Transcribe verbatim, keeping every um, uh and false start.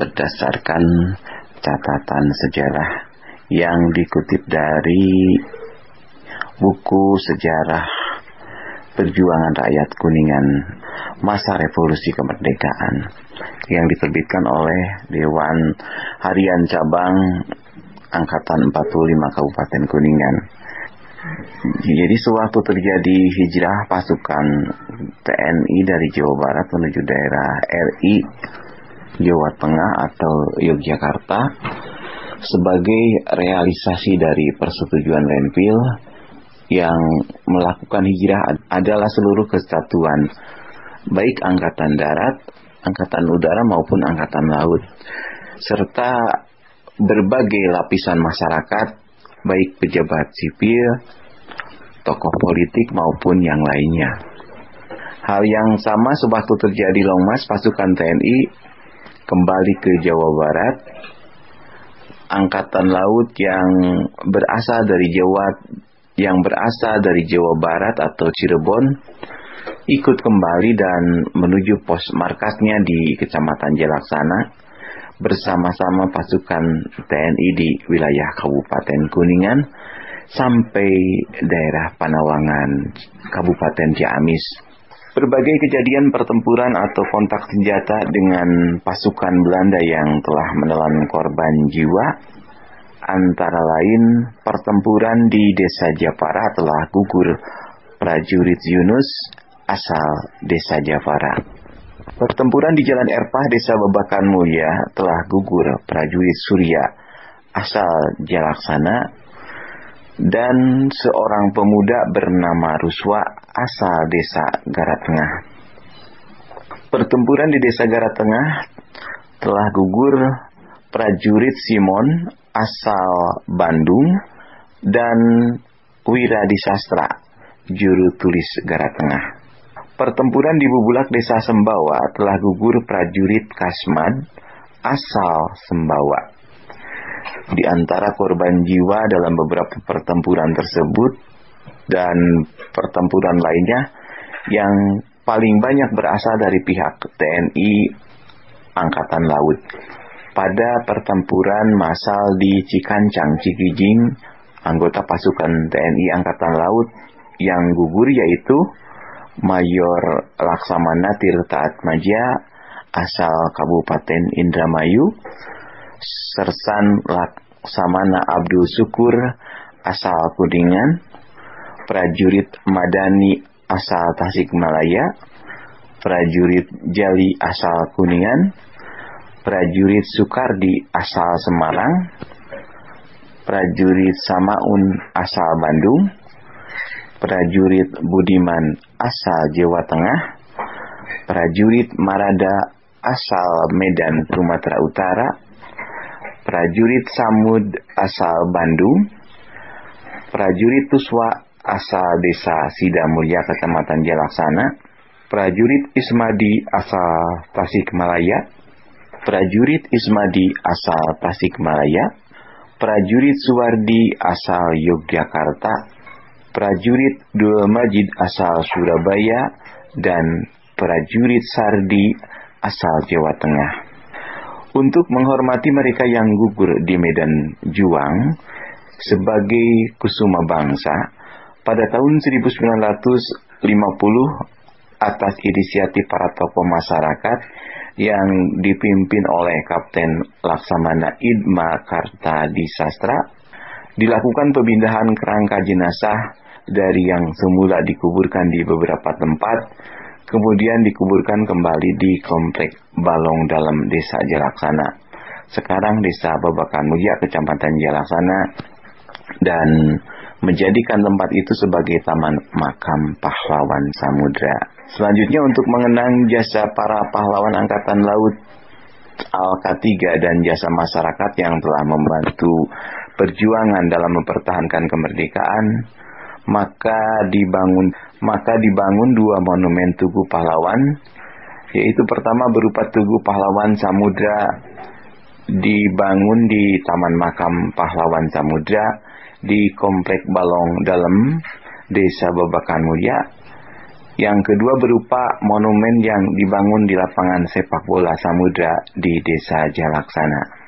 berdasarkan catatan sejarah yang dikutip dari buku sejarah perjuangan rakyat Kuningan masa revolusi kemerdekaan yang diterbitkan oleh Dewan Harian Cabang Angkatan empat puluh lima Kabupaten Kuningan. Jadi sewaktu terjadi hijrah pasukan T N I dari Jawa Barat menuju daerah R I Jawa Tengah atau Yogyakarta sebagai realisasi dari persetujuan Renville yang melakukan hijrah adalah seluruh kesatuan, baik angkatan darat, angkatan udara maupun angkatan laut, serta berbagai lapisan masyarakat, baik pejabat sipil, tokoh politik maupun yang lainnya. Hal yang sama sewaktu terjadi Longmas, pasukan T N I kembali ke Jawa Barat. Angkatan laut yang berasal dari Jawa yang berasal dari Jawa Barat atau Cirebon ikut kembali dan menuju pos markasnya di Kecamatan Jalaksana bersama-sama pasukan T N I di wilayah Kabupaten Kuningan sampai daerah Panawangan, Kabupaten Ciamis. Berbagai kejadian pertempuran atau kontak senjata dengan pasukan Belanda yang telah menelan korban jiwa, antara lain pertempuran di Desa Japara telah gugur prajurit Yunus asal Desa Japara. Pertempuran di Jalan Erpah Desa Babakan Mulia telah gugur prajurit Surya asal Jalaksana, dan seorang pemuda bernama Ruswa asal Desa Garat Tengah. Pertempuran di Desa Garat Tengah telah gugur prajurit Simon asal Bandung dan Wiradisastra juru tulis Garat Tengah. Pertempuran di Bubulak Desa Sembawa telah gugur prajurit Kasman asal Sembawa. Di antara korban jiwa dalam beberapa pertempuran tersebut dan pertempuran lainnya yang paling banyak berasal dari pihak T N I Angkatan Laut. Pada pertempuran massal di Cikancang, Cikijing, anggota pasukan T N I Angkatan Laut yang gugur yaitu Mayor Laksamana Tirta Atmaja asal Kabupaten Indramayu, Sersan Laksamana Abdul Syukur asal Kuningan, prajurit Madani asal Tasikmalaya, prajurit Jali asal Kuningan, prajurit Sukardi asal Semarang, prajurit Samaun asal Bandung, prajurit Budiman asal Jawa Tengah, prajurit Marada asal Medan Sumatera Utara, prajurit Samud asal Bandung, prajurit Tuswa asal Desa Sidamulya Kecamatan Jalaksana, prajurit Ismadi asal Tasikmalaya, prajurit Ismadi asal Tasikmalaya, prajurit Suwardi asal Yogyakarta, prajurit Dul Majid asal Surabaya, dan prajurit Sardi asal Jawa Tengah. Untuk menghormati mereka yang gugur di medan juang sebagai kusuma bangsa, pada tahun seribu sembilan ratus lima puluh atas inisiatif para tokoh masyarakat yang dipimpin oleh Kapten Laksamana Idma Kartadisastra, dilakukan pemindahan kerangka jenazah dari yang semula dikuburkan di beberapa tempat, kemudian dikuburkan kembali di Komplek Balong Dalam Desa Jalaksana, sekarang Desa Babakan Mulia Kecamatan Jalaksana, dan menjadikan tempat itu sebagai Taman Makam Pahlawan Samudra. Selanjutnya, untuk mengenang jasa para pahlawan Angkatan Laut Alka tiga dan jasa masyarakat yang telah membantu perjuangan dalam mempertahankan kemerdekaan, maka dibangun maka dibangun dua monumen Tugu Pahlawan, yaitu pertama berupa Tugu Pahlawan Samudra dibangun di Taman Makam Pahlawan Samudra di Komplek Balong Dalam Desa Babakan Mulia, Yang kedua berupa monumen yang dibangun di lapangan sepak bola Samudra di Desa Jalaksana.